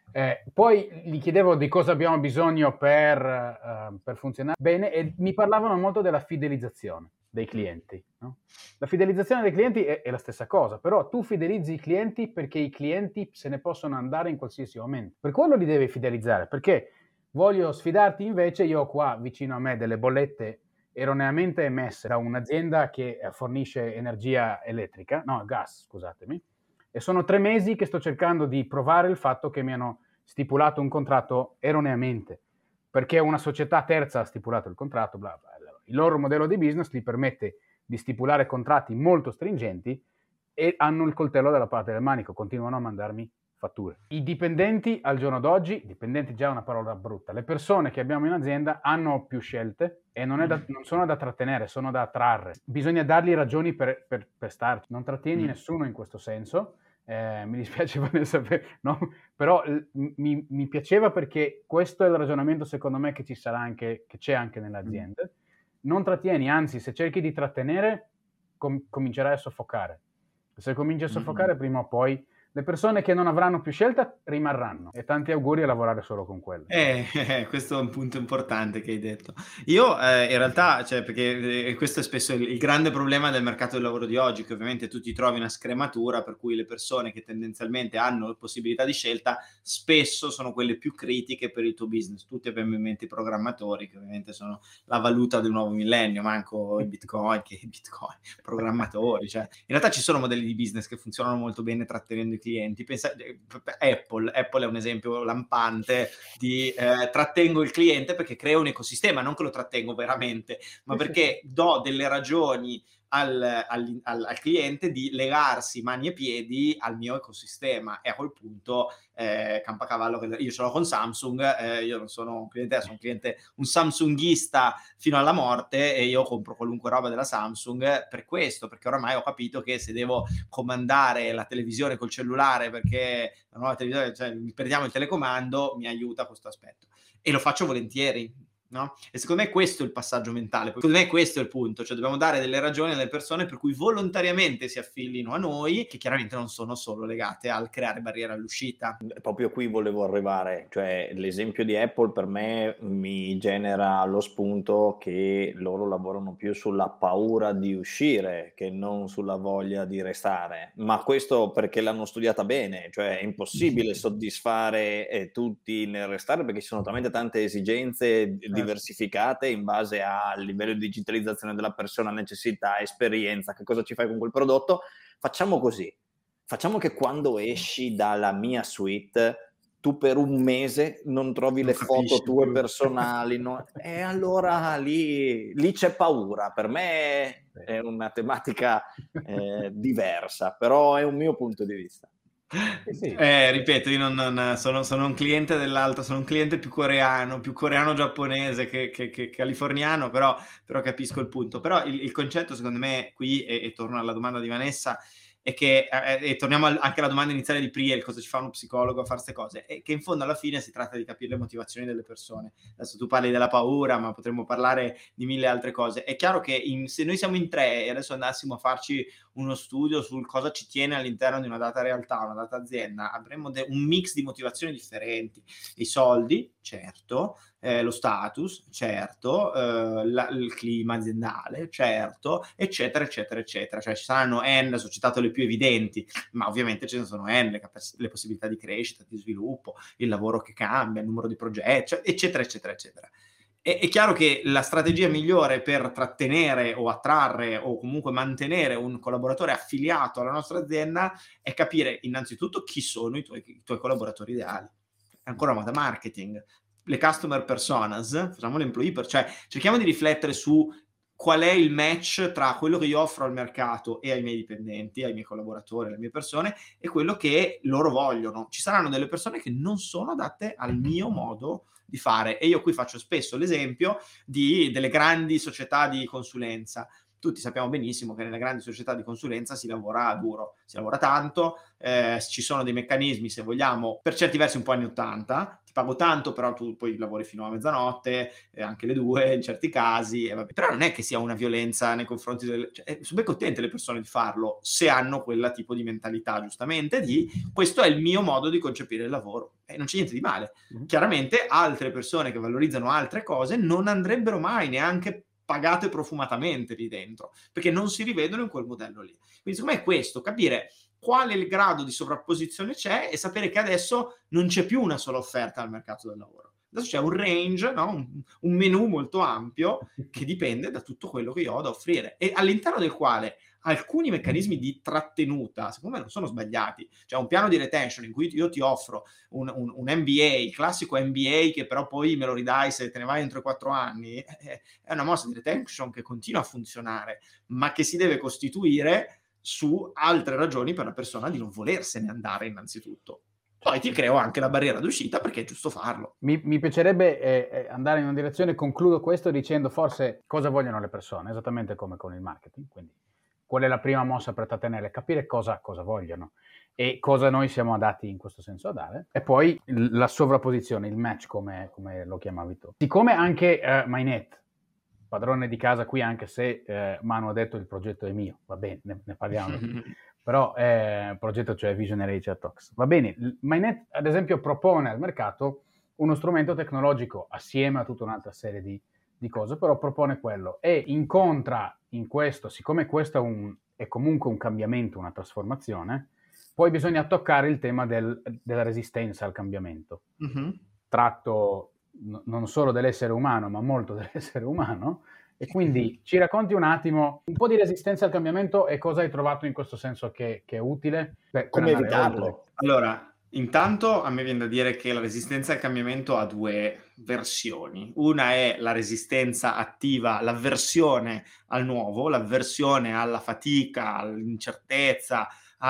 [SPEAKER 2] poi gli chiedevo di cosa abbiamo bisogno per funzionare bene e mi parlavano molto della fidelizzazione dei clienti, no? La fidelizzazione dei clienti è la stessa cosa, però tu fidelizzi i clienti perché i clienti se ne possono andare in qualsiasi momento. Per quello li devi fidelizzare, perché voglio sfidarti invece, io ho qua vicino a me delle bollette erroneamente emesse da un'azienda che fornisce energia elettrica, no, gas, scusatemi, e sono 3 mesi che sto cercando di provare il fatto che mi hanno stipulato un contratto erroneamente, perché una società terza ha stipulato il contratto, bla bla. Il loro modello di business gli permette di stipulare contratti molto stringenti e hanno il coltello dalla parte del manico, continuano a mandarmi fatture. I dipendenti al giorno d'oggi, dipendenti già è una parola brutta, le persone che abbiamo in azienda hanno più scelte e non sono da trattenere, sono da attrarre. Bisogna dargli ragioni per starci. Non trattieni nessuno in questo senso. Mi dispiace no? Però mi piaceva perché questo è il ragionamento secondo me che ci sarà anche, che c'è anche nelle aziende. Non trattieni, anzi se cerchi di trattenere comincerai a soffocare. Se cominci a soffocare prima o poi le persone che non avranno più scelta rimarranno, e tanti auguri a lavorare solo con quelle.
[SPEAKER 1] Questo è un punto importante che hai detto. Io in realtà, perché questo è spesso il grande problema del mercato del lavoro di oggi, che ovviamente tu ti trovi una scrematura per cui le persone che tendenzialmente hanno possibilità di scelta spesso sono quelle più critiche per il tuo business. Tutti abbiamo in mente i programmatori, che ovviamente sono la valuta del nuovo millennio, manco i bitcoin, programmatori. In realtà ci sono modelli di business che funzionano molto bene trattenendo i clienti. Pensa, Apple è un esempio lampante di trattengo il cliente perché creo un ecosistema, non che lo trattengo veramente, ma perché do delle ragioni al cliente di legarsi mani e piedi al mio ecosistema, e a quel punto campacavallo, io ce l'ho con Samsung, io non sono un cliente, sono un Samsunghista fino alla morte, e io compro qualunque roba della Samsung per questo, perché oramai ho capito che se devo comandare la televisione col cellulare perché la nuova televisione, perdiamo il telecomando, mi aiuta questo aspetto e lo faccio volentieri. No? E secondo me questo è il passaggio mentale, secondo me questo è il punto, dobbiamo dare delle ragioni alle persone per cui volontariamente si affiliino a noi, che chiaramente non sono solo legate al creare barriere all'uscita.
[SPEAKER 3] Proprio qui volevo arrivare, l'esempio di Apple per me mi genera lo spunto che loro lavorano più sulla paura di uscire che non sulla voglia di restare, ma questo perché l'hanno studiata bene, è impossibile soddisfare tutti nel restare, perché ci sono talmente tante esigenze diversificate in base al livello di digitalizzazione della persona, necessità, esperienza, che cosa ci fai con quel prodotto. Facciamo così: facciamo che quando esci dalla mia suite tu per un mese non trovi
[SPEAKER 1] Non
[SPEAKER 3] le foto
[SPEAKER 1] capisci
[SPEAKER 3] tue
[SPEAKER 1] più.
[SPEAKER 3] personali, e allora lì c'è paura. Per me
[SPEAKER 2] Sì.
[SPEAKER 3] è una tematica diversa, però è un mio punto di vista.
[SPEAKER 2] Sì.
[SPEAKER 1] Ripeto, io non sono un cliente dell'altro, sono un cliente più coreano-giapponese che californiano, però capisco il punto. Però il concetto, secondo me, qui, e torno alla domanda di Vanessa, è che, e torniamo anche alla domanda iniziale di Priel, cosa ci fa uno psicologo a fare queste cose, è che in fondo alla fine si tratta di capire le motivazioni delle persone. Adesso tu parli della paura, ma potremmo parlare di mille altre cose. È chiaro che se noi siamo in 3 e adesso andassimo a farci uno studio sul cosa ci tiene all'interno di una data realtà, una data azienda, avremo un mix di motivazioni differenti. I soldi, certo, lo status, certo, il clima aziendale, certo, eccetera, eccetera, eccetera. Cioè ci saranno N, ho citato le più evidenti, ma ovviamente ce ne sono N, le possibilità di crescita, di sviluppo, il lavoro che cambia, il numero di progetti, cioè, eccetera, eccetera, eccetera. È chiaro che la strategia migliore per trattenere o attrarre o comunque mantenere un collaboratore affiliato alla nostra azienda è capire innanzitutto chi sono i tuoi collaboratori ideali. È ancora una moda marketing. Le customer personas, facciamo l'employee, cioè cerchiamo di riflettere su qual è il match tra quello che io offro al mercato e ai miei dipendenti, ai miei collaboratori, alle mie persone, e quello che loro vogliono. Ci saranno delle persone che non sono adatte al mio modo di fare, e io qui faccio spesso l'esempio delle grandi società di consulenza. Tutti sappiamo benissimo che nelle grandi società di consulenza si lavora duro, si lavora tanto, ci sono dei meccanismi, se vogliamo, per certi versi un po' anni 80, ti pago tanto, però tu poi lavori fino a mezzanotte, anche le 2 in certi casi, vabbè. Però non è che sia una violenza nei confronti sono ben contente le persone di farlo, se hanno quel tipo di mentalità, giustamente, di questo è il mio modo di concepire il lavoro, e non c'è niente di male. Chiaramente altre persone che valorizzano altre cose non andrebbero mai neanche pagate profumatamente lì dentro, perché non si rivedono in quel modello lì. Quindi secondo me è questo, capire quale il grado di sovrapposizione c'è e sapere che adesso non c'è più una sola offerta al mercato del lavoro. Adesso c'è un range, no? un menu molto ampio che dipende da tutto quello che io ho da offrire e all'interno del quale alcuni meccanismi di trattenuta, secondo me, non sono sbagliati. Cioè un piano di retention in cui io ti offro un MBA, il classico MBA che però poi me lo ridai se te ne vai entro i 4 anni, è una mossa di retention che continua a funzionare, ma che si deve costituire su altre ragioni per la persona di non volersene andare innanzitutto. Poi ti creo anche la barriera d'uscita perché è giusto farlo.
[SPEAKER 2] Mi piacerebbe andare in una direzione, concludo questo dicendo forse cosa vogliono le persone, esattamente come con il marketing, quindi qual è la prima mossa per trattenere, capire cosa vogliono e cosa noi siamo adatti in questo senso a dare, e poi la sovrapposizione, il match come lo chiamavi tu. Siccome anche Mainet, padrone di casa qui, anche se Manu ha detto il progetto è mio, va bene, ne parliamo. Però il progetto, cioè Visionary HR Talks, va bene. Mainet ad esempio propone al mercato uno strumento tecnologico assieme a tutta un'altra serie di cose, però propone quello e incontra in questo, siccome questo è comunque un cambiamento, una trasformazione, poi bisogna toccare il tema della resistenza al cambiamento, tratto non solo dell'essere umano, ma molto dell'essere umano. E quindi ci racconti un attimo un po' di resistenza al cambiamento e cosa hai trovato in questo senso che è utile?
[SPEAKER 3] Come evitarlo?
[SPEAKER 1] Allora, intanto a me viene da dire che la resistenza al cambiamento ha 2 versioni. Una è la resistenza attiva, l'avversione al nuovo, l'avversione alla fatica, all'incertezza,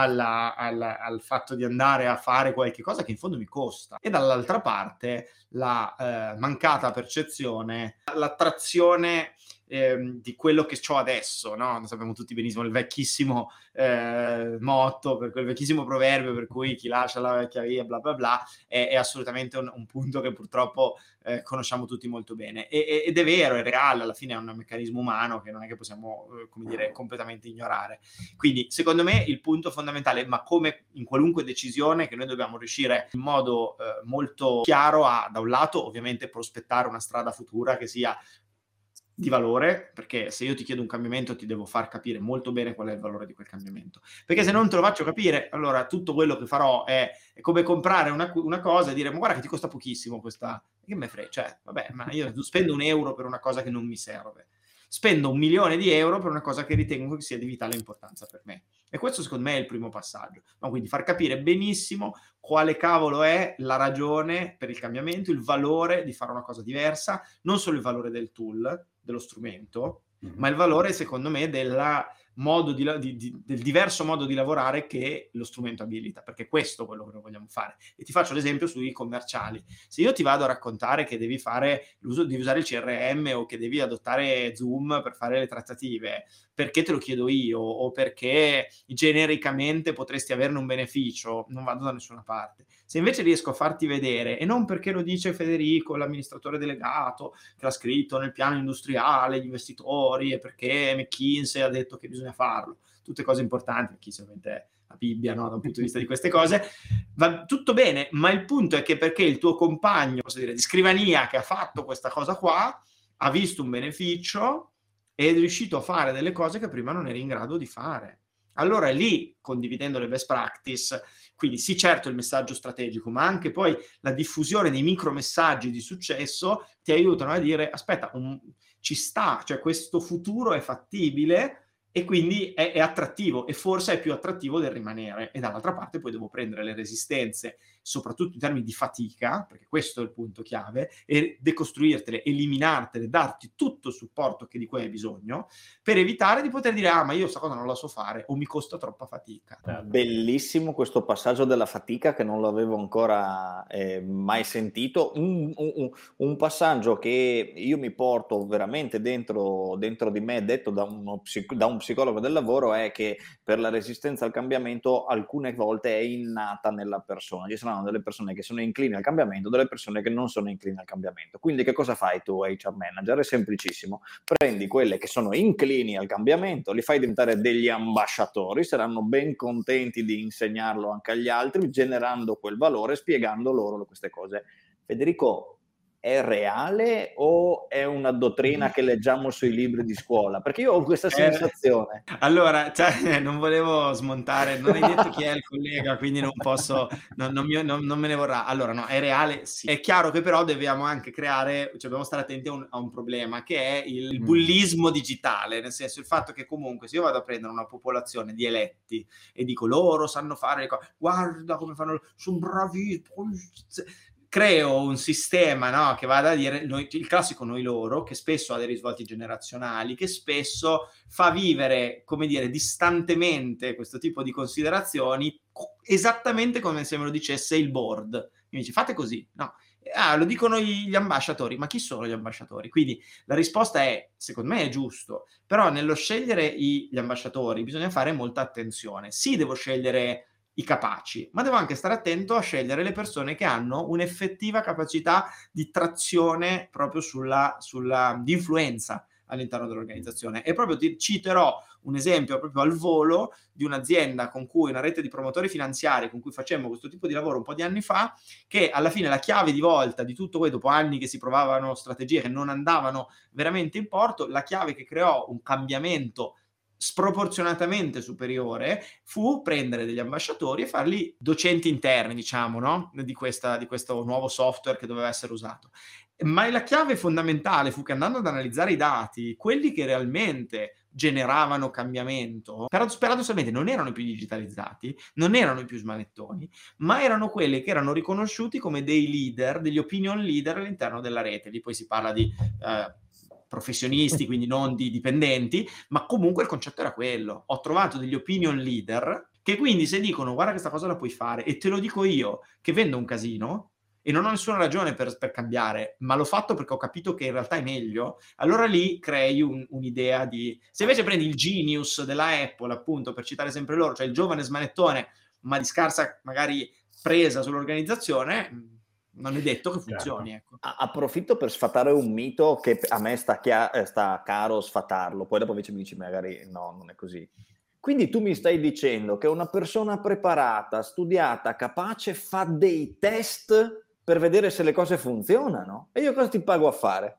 [SPEAKER 1] al fatto di andare a fare qualche cosa che in fondo mi costa. E dall'altra parte la mancata percezione, l'attrazione di quello che c'ho adesso, no? Lo sappiamo tutti benissimo, il vecchissimo motto, per quel vecchissimo proverbio per cui chi lascia la vecchia via, bla bla bla, è assolutamente un punto che purtroppo conosciamo tutti molto bene. Ed è vero, è reale, alla fine è un meccanismo umano che non è che possiamo, come dire, completamente ignorare. Quindi, secondo me, il punto fondamentale, ma come in qualunque decisione, che noi dobbiamo riuscire in modo molto chiaro a, da un lato, ovviamente prospettare una strada futura che sia di valore, perché se io ti chiedo un cambiamento ti devo far capire molto bene qual è il valore di quel cambiamento, perché se non te lo faccio capire, allora tutto quello che farò è come comprare una cosa e dire ma guarda che ti costa pochissimo questa, che me frega, cioè vabbè, ma io spendo €1 per una cosa che non mi serve, spendo 1.000.000 di euro per una cosa che ritengo che sia di vitale importanza per me, E questo secondo me è il primo passaggio, no? Quindi far capire benissimo quale cavolo è la ragione per il cambiamento, il valore di fare una cosa diversa, non solo il valore del tool, dello strumento, ma il valore secondo me del diverso modo di lavorare che lo strumento abilita, perché questo è quello che noi vogliamo fare. E ti faccio l'esempio sui commerciali. Se io ti vado a raccontare che devi fare devi usare il CRM o che devi adottare Zoom per fare le trattative, perché te lo chiedo io o perché genericamente potresti averne un beneficio, non vado da nessuna parte. Se invece riesco a farti vedere, e non perché lo dice Federico, l'amministratore delegato, che l'ha scritto nel piano industriale, gli investitori, e perché McKinsey ha detto che bisogna farlo, tutte cose importanti, McKinsey ovviamente è la Bibbia, no? Da un punto di vista di queste cose, va tutto bene, ma il punto è che perché il tuo compagno, posso dire, di scrivania che ha fatto questa cosa qua, ha visto un beneficio ed è riuscito a fare delle cose che prima non eri in grado di fare. Allora lì, condividendo le best practice, quindi sì certo il messaggio strategico, ma anche poi la diffusione dei micromessaggi di successo ti aiutano a dire aspetta, ci sta, cioè questo futuro è fattibile e quindi è attrattivo, e forse è più attrattivo del rimanere. E dall'altra parte poi devo prendere le resistenze, soprattutto in termini di fatica, perché questo è il punto chiave, e decostruirtele, eliminartele, darti tutto il supporto che di cui hai bisogno, per evitare di poter dire ma io questa cosa non la so fare o mi costa troppa fatica.
[SPEAKER 3] Bellissimo questo passaggio della fatica, che non l'avevo ancora mai sentito, un passaggio che io mi porto veramente dentro di me, detto da un psicologo del lavoro, è che per la resistenza al cambiamento alcune volte è innata nella persona. Ci saranno delle persone che sono inclini al cambiamento, delle persone che non sono inclini al cambiamento. Quindi che cosa fai tu, HR manager? È semplicissimo: prendi quelle che sono inclini al cambiamento, li fai diventare degli ambasciatori, saranno ben contenti di insegnarlo anche agli altri, generando quel valore, spiegando loro queste cose. Federico, è reale o è una dottrina che leggiamo sui libri di scuola? Perché io ho questa sensazione.
[SPEAKER 1] Allora, cioè, non volevo smontare, non hai detto chi è il collega, quindi non posso, non me ne vorrà. Allora, no, è reale, sì. È chiaro che però dobbiamo anche creare, cioè dobbiamo stare attenti a un problema, che è il bullismo digitale, nel senso il fatto che comunque se io vado a prendere una popolazione di eletti e dico loro sanno fare le cose, guarda come fanno, sono bravi, creo un sistema, no, che vada a dire il classico noi loro, che spesso ha dei risvolti generazionali, che spesso fa vivere, come dire, distantemente questo tipo di considerazioni, esattamente come se me lo dicesse il board. Mi dice fate così, no? Lo dicono gli ambasciatori, ma chi sono gli ambasciatori? Quindi la risposta è, secondo me è giusto, però nello scegliere gli ambasciatori bisogna fare molta attenzione. Sì, devo scegliere i capaci, ma devo anche stare attento a scegliere le persone che hanno un'effettiva capacità di trazione proprio di influenza all'interno dell'organizzazione. E proprio ti citerò un esempio proprio al volo di un'azienda con cui, una rete di promotori finanziari con cui facemmo questo tipo di lavoro un po' di anni fa, che alla fine la chiave di volta di tutto questo, dopo anni che si provavano strategie che non andavano veramente in porto, la chiave che creò un cambiamento sproporzionatamente superiore fu prendere degli ambasciatori e farli docenti interni, diciamo, no? di questo nuovo software che doveva essere usato. Ma la chiave fondamentale fu che, andando ad analizzare i dati, quelli che realmente generavano cambiamento, paradossalmente non erano i più digitalizzati, non erano i più smanettoni, ma erano quelli che erano riconosciuti come dei leader, degli opinion leader all'interno della rete. Lì poi si parla di professionisti, quindi non di dipendenti, ma comunque il concetto era quello. Ho trovato degli opinion leader che quindi, se dicono guarda questa cosa la puoi fare, e te lo dico io che vendo un casino e non ho nessuna ragione per cambiare, ma l'ho fatto perché ho capito che in realtà è meglio, allora lì crei un'idea di... Se invece prendi il genius della Apple, appunto, per citare sempre loro, cioè il giovane smanettone ma di scarsa magari presa sull'organizzazione, non è detto che funzioni. Certo. Ecco.
[SPEAKER 3] Approfitto per sfatare un mito che a me sta caro sfatarlo, poi dopo invece mi dici magari no, non è così. Quindi tu mi stai dicendo che una persona preparata, studiata, capace fa dei test per vedere se le cose funzionano? E io cosa ti pago a fare?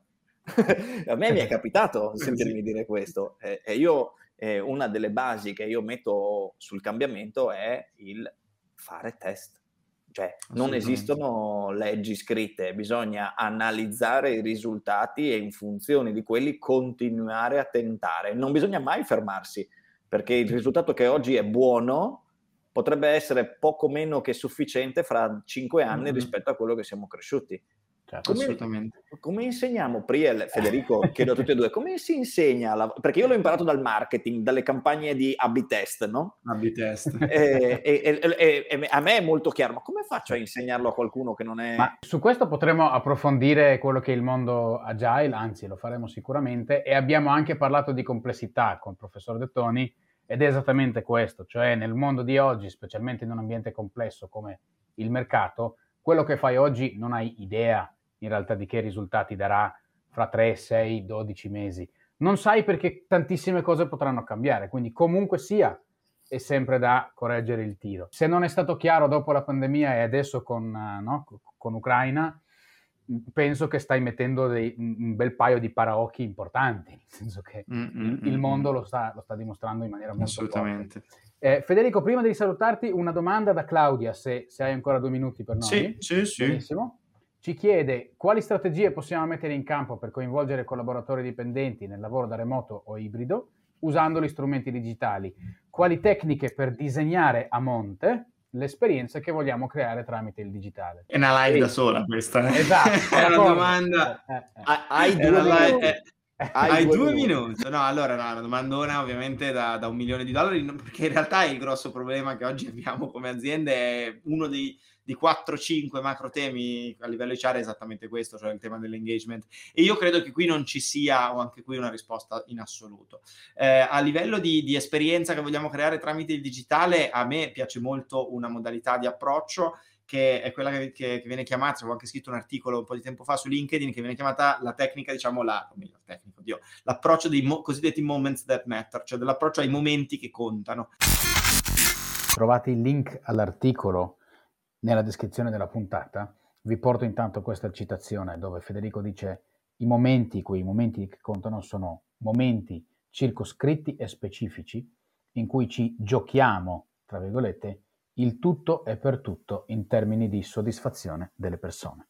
[SPEAKER 3] A me mi è capitato sentirmi dire questo. E io, una delle basi che io metto sul cambiamento è il fare test. Cioè, non esistono leggi scritte, bisogna analizzare i risultati e in funzione di quelli continuare a tentare. Non bisogna mai fermarsi, perché il risultato che oggi è buono potrebbe essere poco meno che sufficiente fra 5 anni rispetto a quello che siamo cresciuti.
[SPEAKER 2] Certo,
[SPEAKER 1] assolutamente.
[SPEAKER 3] Come insegniamo, Priel, Federico, chiedo a tutti e due, come si insegna? Perché io l'ho imparato dal marketing, dalle campagne di A/B test, no?
[SPEAKER 1] A/B test.
[SPEAKER 3] E a me è molto chiaro, ma come faccio a insegnarlo a qualcuno che non è...
[SPEAKER 2] Ma su questo potremo approfondire quello che è il mondo agile, anzi lo faremo sicuramente, e abbiamo anche parlato di complessità con il professor De Toni, ed è esattamente questo, cioè nel mondo di oggi, specialmente in un ambiente complesso come il mercato, quello che fai oggi non hai idea in realtà di che risultati darà fra 3, 6, 12 mesi. Non sai perché tantissime cose potranno cambiare, quindi comunque sia è sempre da correggere il tiro. Se non è stato chiaro dopo la pandemia e adesso con Ucraina, penso che stai mettendo un bel paio di paraocchi importanti, nel senso che il mondo lo sta dimostrando in maniera molto
[SPEAKER 1] assolutamente
[SPEAKER 2] forte. Federico, prima di salutarti, una domanda da Claudia, se hai ancora 2 minuti per noi.
[SPEAKER 1] Sì.
[SPEAKER 2] Benissimo. Ci chiede quali strategie possiamo mettere in campo per coinvolgere collaboratori dipendenti nel lavoro da remoto o ibrido usando gli strumenti digitali, quali tecniche per disegnare a monte l'esperienza che vogliamo creare tramite il digitale.
[SPEAKER 1] È una live da sola questa.
[SPEAKER 2] Esatto.
[SPEAKER 1] È una domanda. Hai 2 minuti. No, allora una domandona ovviamente da $1 milione, perché in realtà il grosso problema che oggi abbiamo come aziende è uno di 4-5 macro temi a livello HR è esattamente questo, cioè il tema dell'engagement, e io credo che qui non ci sia, o anche qui, una risposta in assoluto. A livello di esperienza che vogliamo creare tramite il digitale, a me piace molto una modalità di approccio che è quella che viene chiamata, avevo anche scritto un articolo un po' di tempo fa su LinkedIn, che viene chiamata la tecnica, diciamo l'approccio dei cosiddetti moments that matter, cioè dell'approccio ai momenti che contano.
[SPEAKER 2] Trovate il link all'articolo nella descrizione della puntata. Vi porto intanto questa citazione dove Federico dice: i momenti che contano sono momenti circoscritti e specifici in cui ci giochiamo, tra virgolette, il tutto e per tutto in termini di soddisfazione delle persone.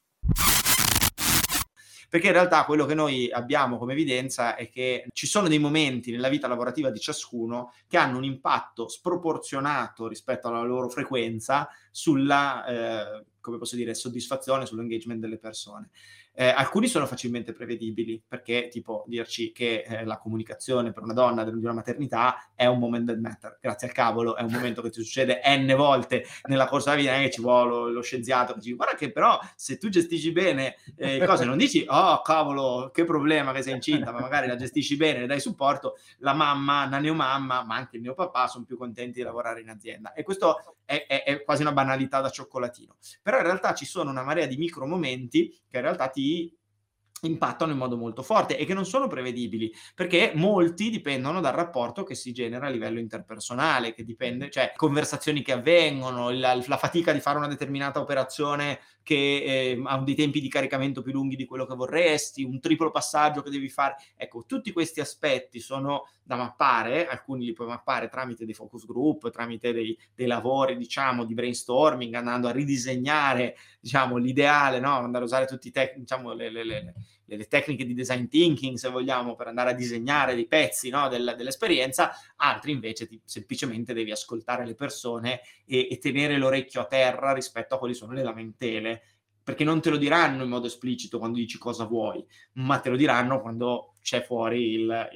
[SPEAKER 1] Perché in realtà quello che noi abbiamo come evidenza è che ci sono dei momenti nella vita lavorativa di ciascuno che hanno un impatto sproporzionato rispetto alla loro frequenza sulla, come posso dire, soddisfazione, sull'engagement delle persone. Alcuni sono facilmente prevedibili, perché tipo dirci che la comunicazione per una donna di una maternità è un moment that matter, grazie al cavolo, è un momento che ti succede n volte nella corsa della vita, che ci vuole lo scienziato che dice: guarda che però se tu gestisci bene cose, non dici oh cavolo che problema che sei incinta, ma magari la gestisci bene, le dai supporto, la mamma, la neomamma, ma anche il neopapà sono più contenti di lavorare in azienda. E questo è quasi una banalità da cioccolatino, però in realtà ci sono una marea di micro momenti che in realtà ti impattano in modo molto forte e che non sono prevedibili, perché molti dipendono dal rapporto che si genera a livello interpersonale, che dipende, cioè conversazioni che avvengono, la fatica di fare una determinata operazione che ha dei tempi di caricamento più lunghi di quello che vorresti, un triplo passaggio che devi fare. Ecco, tutti questi aspetti sono da mappare, alcuni li puoi mappare tramite dei focus group, tramite dei lavori, diciamo, di brainstorming, andando a ridisegnare, diciamo, l'ideale, no? Andare a usare tutti diciamo, le tecniche di design thinking, se vogliamo, per andare a disegnare dei pezzi, no, dell'esperienza. Altri invece semplicemente devi ascoltare le persone e tenere l'orecchio a terra rispetto a quali sono le lamentele, perché non te lo diranno in modo esplicito quando dici cosa vuoi, ma te lo diranno quando c'è fuori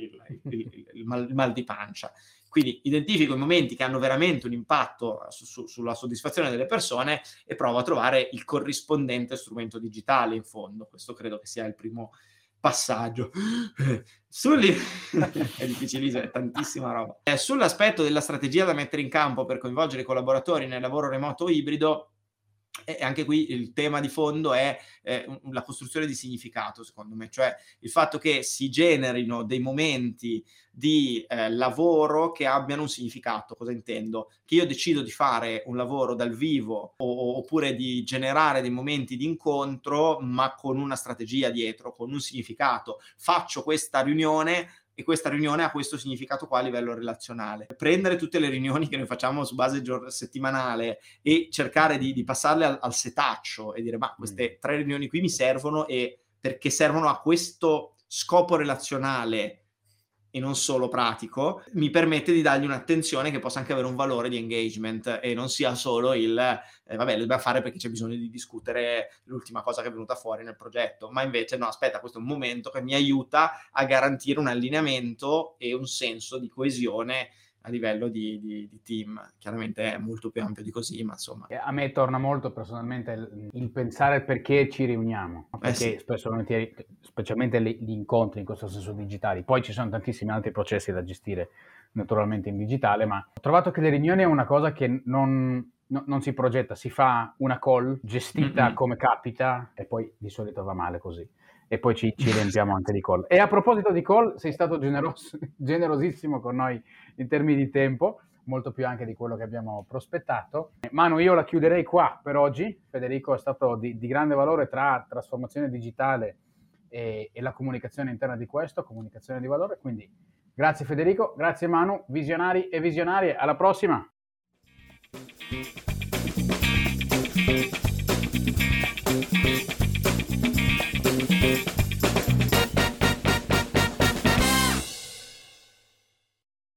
[SPEAKER 1] il mal di pancia. Quindi identifico i momenti che hanno veramente un impatto sulla soddisfazione delle persone e provo a trovare il corrispondente strumento digitale in fondo. Questo credo che sia il primo passaggio. È difficilissimo, è tantissima roba. Sull'aspetto della strategia da mettere in campo per coinvolgere i collaboratori nel lavoro remoto o ibrido, e anche qui il tema di fondo è la costruzione di significato, secondo me, cioè il fatto che si generino dei momenti di lavoro che abbiano un significato. Cosa intendo? Che io decido di fare un lavoro dal vivo oppure di generare dei momenti di incontro, ma con una strategia dietro, con un significato. Faccio questa riunione e questa riunione ha questo significato qua a livello relazionale. Prendere tutte le riunioni che noi facciamo su base settimanale e cercare di passarle al setaccio e dire: ma queste 3 riunioni qui mi servono, e perché servono a questo scopo relazionale e non solo pratico, mi permette di dargli un'attenzione che possa anche avere un valore di engagement e non sia solo il vabbè, lo dobbiamo fare perché c'è bisogno di discutere l'ultima cosa che è venuta fuori nel progetto, ma invece no, aspetta, questo è un momento che mi aiuta a garantire un allineamento e un senso di coesione a livello di team. Chiaramente è molto più ampio di così, ma insomma.
[SPEAKER 2] A me torna molto personalmente il pensare perché ci riuniamo, perché
[SPEAKER 1] sì.
[SPEAKER 2] spesso specialmente gli incontri in questo senso digitali, poi ci sono tantissimi altri processi da gestire naturalmente in digitale, ma ho trovato che le riunioni è una cosa che non si progetta, si fa una call gestita come capita e poi di solito va male così. E poi ci riempiamo anche di call. E a proposito di call, sei stato generosissimo con noi in termini di tempo, molto più anche di quello che abbiamo prospettato. Manu, io la chiuderei qua per oggi. Federico è stato di grande valore tra trasformazione digitale e la comunicazione interna di questo, comunicazione di valore. Quindi grazie Federico, grazie Manu, visionari e visionarie, alla prossima!